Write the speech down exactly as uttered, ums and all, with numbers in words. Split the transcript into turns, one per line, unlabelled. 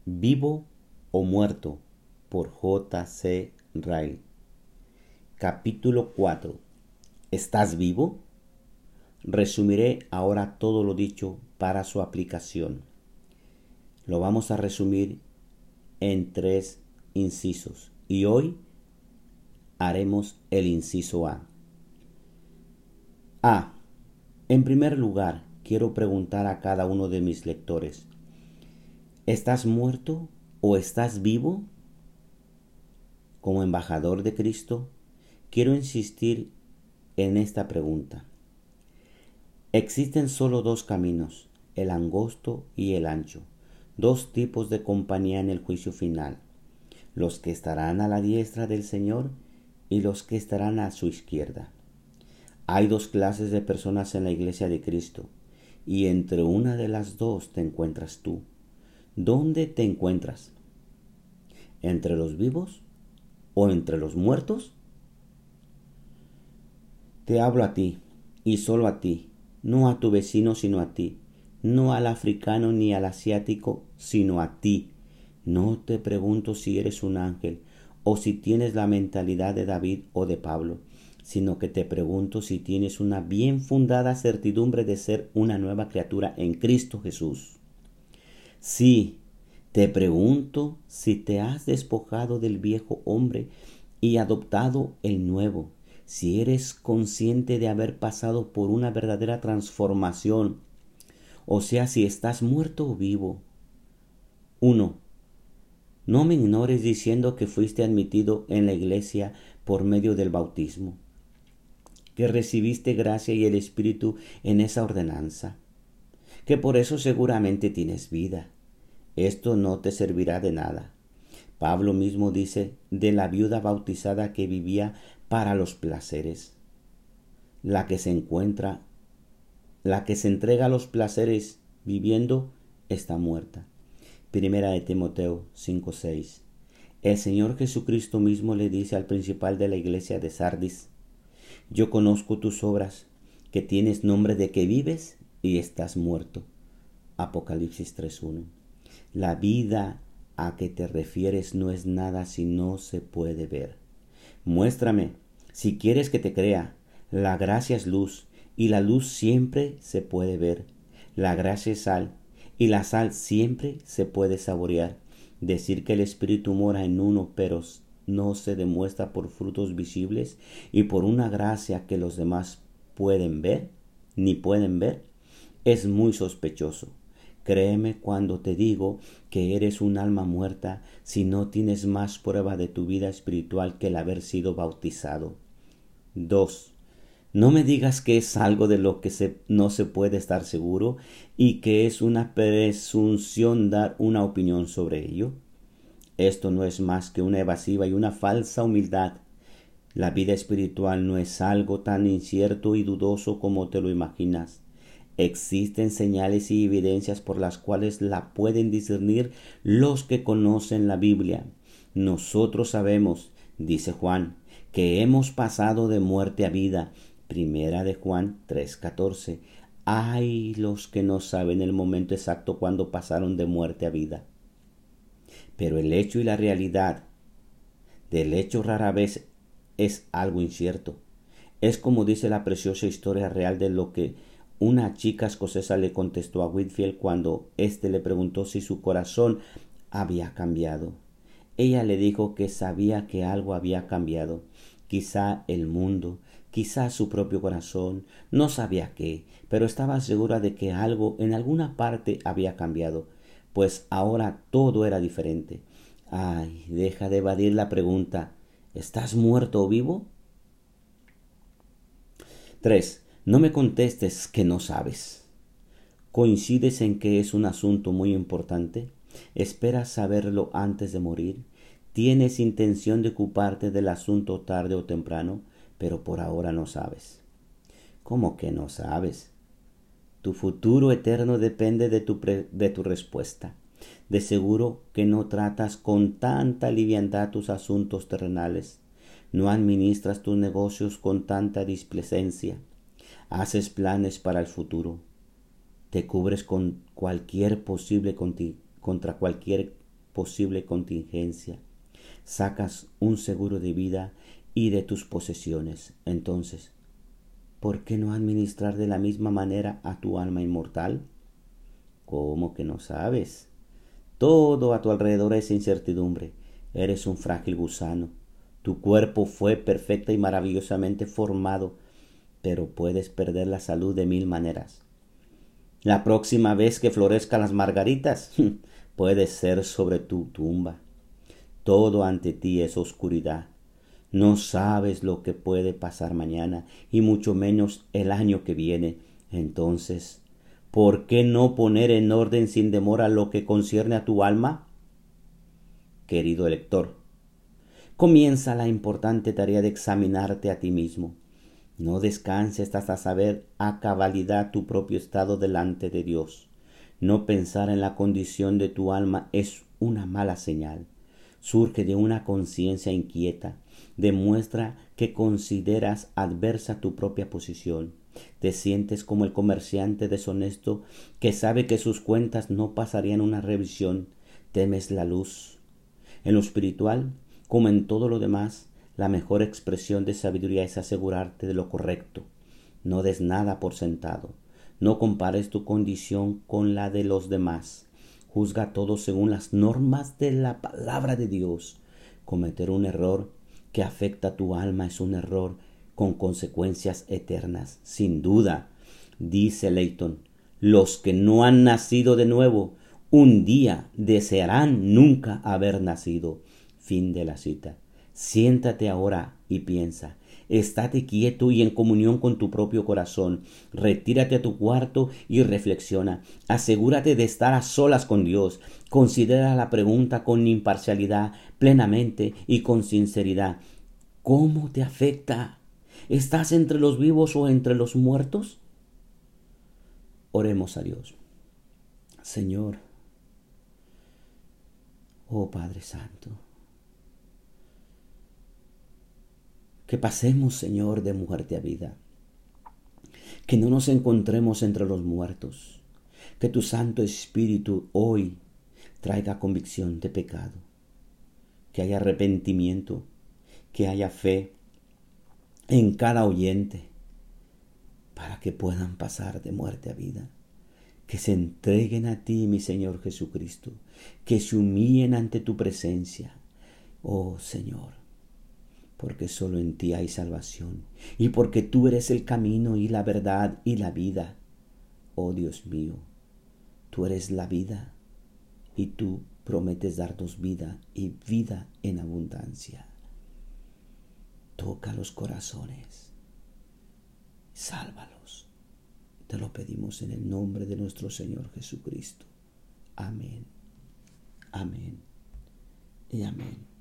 Vivo o muerto, por J. C. Ryle. Capítulo cuatro. ¿Estás vivo? Resumiré ahora todo lo dicho para su aplicación. Lo vamos a resumir en tres incisos y hoy haremos el inciso A. A. En primer lugar, quiero preguntar a cada uno de mis lectores, ¿estás muerto o estás vivo? Como embajador de Cristo, quiero insistir en esta pregunta. Existen solo dos caminos, el angosto y el ancho, dos tipos de compañía en el juicio final, los que estarán a la diestra del Señor y los que estarán a su izquierda. Hay dos clases de personas en la iglesia de Cristo, y entre una de las dos te encuentras tú. ¿Dónde te encuentras? ¿Entre los vivos o entre los muertos? Te hablo a ti, y solo a ti, no a tu vecino sino a ti, no al africano ni al asiático sino a ti. No te pregunto si eres un ángel o si tienes la mentalidad de David o de Pablo, sino que te pregunto si tienes una bien fundada certidumbre de ser una nueva criatura en Cristo Jesús. Sí, te pregunto si te has despojado del viejo hombre y adoptado el nuevo, si eres consciente de haber pasado por una verdadera transformación, o sea, si estás muerto o vivo. uno. No me ignores diciendo que fuiste admitido en la iglesia por medio del bautismo, que recibiste gracia y el Espíritu en esa ordenanza, que por eso seguramente tienes vida. Esto no te servirá de nada. Pablo mismo dice de la viuda bautizada que vivía para los placeres. La que se encuentra, la que se entrega a los placeres viviendo, está muerta. Primera de Timoteo cinco seis. El Señor Jesucristo mismo le dice al principal de la iglesia de Sardis: yo conozco tus obras, que tienes nombre de que vives y estás muerto. Apocalipsis tres uno. La vida a que te refieres no es nada si no se puede ver. Muéstrame, si quieres que te crea. La gracia es luz, y la luz siempre se puede ver. La gracia es sal, y la sal siempre se puede saborear. Decir que el Espíritu mora en uno, pero no se demuestra por frutos visibles y por una gracia que los demás pueden ver, ni pueden ver, es muy sospechoso. Créeme cuando te digo que eres un alma muerta si no tienes más prueba de tu vida espiritual que el haber sido bautizado. dos. No me digas que es algo de lo que se, no se puede estar seguro y que es una presunción dar una opinión sobre ello. Esto no es más que una evasiva y una falsa humildad. La vida espiritual no es algo tan incierto y dudoso como te lo imaginas. Existen señales y evidencias por las cuales la pueden discernir los que conocen la Biblia. Nosotros sabemos, dice Juan, que hemos pasado de muerte a vida. Primera de Juan tres catorce. Ay, los que no saben el momento exacto cuando pasaron de muerte a vida. Pero el hecho y la realidad del hecho rara vez es algo incierto. Es como dice la preciosa historia real de lo que una chica escocesa le contestó a Whitefield cuando éste le preguntó si su corazón había cambiado. Ella le dijo que sabía que algo había cambiado, quizá el mundo, quizá su propio corazón, no sabía qué, pero estaba segura de que algo en alguna parte había cambiado, pues ahora todo era diferente. Ay, deja de evadir la pregunta, ¿estás muerto o vivo? tres. No me contestes que no sabes. ¿Coincides en que es un asunto muy importante? ¿Esperas saberlo antes de morir? ¿Tienes intención de ocuparte del asunto tarde o temprano? Pero por ahora no sabes. ¿Cómo que no sabes? Tu futuro eterno depende de tu, pre- de tu respuesta. De seguro que no tratas con tanta liviandad tus asuntos terrenales. No administras tus negocios con tanta displicencia. Haces planes para el futuro. Te cubres con cualquier posible conti- contra cualquier posible contingencia. Sacas un seguro de vida y de tus posesiones. Entonces, ¿por qué no administrar de la misma manera a tu alma inmortal? ¿Cómo que no sabes? Todo a tu alrededor es incertidumbre. Eres un frágil gusano. Tu cuerpo fue perfecta y maravillosamente formado, pero puedes perder la salud de mil maneras. La próxima vez que florezcan las margaritas, puede ser sobre tu tumba. Todo ante ti es oscuridad. No sabes lo que puede pasar mañana, y mucho menos el año que viene. Entonces, ¿por qué no poner en orden sin demora lo que concierne a tu alma? Querido lector, comienza la importante tarea de examinarte a ti mismo. No descanses hasta saber a cabalidad tu propio estado delante de Dios. No pensar en la condición de tu alma es una mala señal. Surge de una conciencia inquieta. Demuestra que consideras adversa tu propia posición. Te sientes como el comerciante deshonesto que sabe que sus cuentas no pasarían una revisión. Temes la luz. En lo espiritual, como en todo lo demás, la mejor expresión de sabiduría es asegurarte de lo correcto. No des nada por sentado. No compares tu condición con la de los demás. Juzga todo según las normas de la palabra de Dios. Cometer un error que afecta a tu alma es un error con consecuencias eternas. Sin duda, dice Leighton, los que no han nacido de nuevo, un día desearán nunca haber nacido. Fin de la cita. Siéntate ahora y piensa. Estate quieto y en comunión con tu propio corazón. Retírate a tu cuarto y reflexiona. Asegúrate de estar a solas con Dios. Considera la pregunta con imparcialidad, plenamente y con sinceridad. ¿Cómo te afecta? ¿Estás entre los vivos o entre los muertos? Oremos a Dios. Señor, oh Padre Santo, que pasemos, Señor, de muerte a vida. Que no nos encontremos entre los muertos. Que tu Santo Espíritu hoy traiga convicción de pecado. Que haya arrepentimiento. Que haya fe en cada oyente para que puedan pasar de muerte a vida. Que se entreguen a ti, mi Señor Jesucristo. Que se humillen ante tu presencia. Oh Señor, porque solo en ti hay salvación, y porque tú eres el camino y la verdad y la vida. Oh Dios mío, tú eres la vida, y tú prometes darnos vida y vida en abundancia. Toca los corazones, sálvalos. Te lo pedimos en el nombre de nuestro Señor Jesucristo. Amén, amén y amén.